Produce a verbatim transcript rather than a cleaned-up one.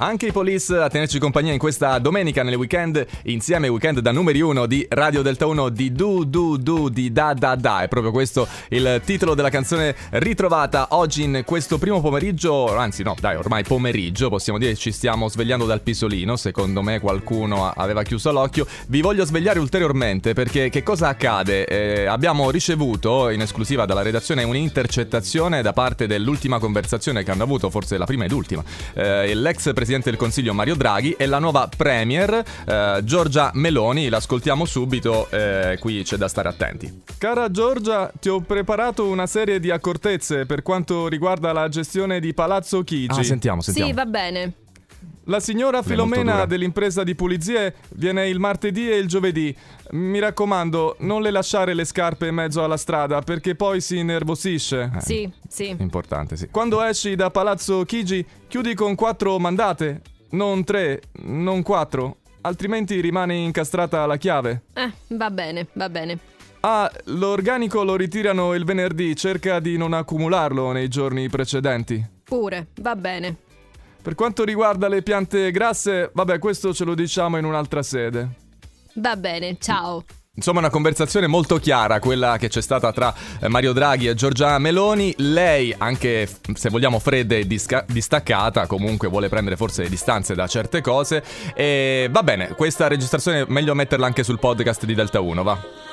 Anche i Police a tenerci compagnia in questa domenica nel weekend, insieme weekend da numeri uno di Radio Delta uno di Du Du Du di Da Da Da. È proprio questo il titolo della canzone ritrovata oggi in questo primo pomeriggio, anzi no, dai, ormai pomeriggio, possiamo dire ci stiamo svegliando dal pisolino, secondo me qualcuno aveva chiuso l'occhio. Vi voglio svegliare ulteriormente perché che cosa accade? Eh, abbiamo ricevuto in esclusiva dalla redazione un'intercettazione da parte dell'ultima conversazione che hanno avuto, forse la prima ed ultima, eh, l'ex presidente del Consiglio Mario Draghi e la nuova premier eh, Giorgia Meloni. L'ascoltiamo subito, eh, qui c'è da stare attenti. Cara Giorgia, ti ho preparato una serie di accortezze per quanto riguarda la gestione di Palazzo Chigi. Ah, sentiamo, sentiamo. Sì, va bene. La signora Filomena dell'impresa di pulizie viene il martedì e il giovedì. Mi raccomando, non le lasciare le scarpe in mezzo alla strada perché poi si innervosisce. Eh, sì, sì. Importante, sì. Quando esci da Palazzo Chigi, chiudi con quattro mandate, non tre, non quattro, altrimenti rimane incastrata la chiave. Eh, va bene, va bene. Ah, l'organico lo ritirano il venerdì, cerca di non accumularlo nei giorni precedenti. Pure, va bene. Per quanto riguarda le piante grasse, vabbè, questo ce lo diciamo in un'altra sede. Va bene, ciao. Insomma, una conversazione molto chiara, quella che c'è stata tra Mario Draghi e Giorgia Meloni. Lei, anche se vogliamo fredda e disca- distaccata, comunque vuole prendere forse distanze da certe cose. E va bene, questa registrazione meglio metterla anche sul podcast di Delta uno, va?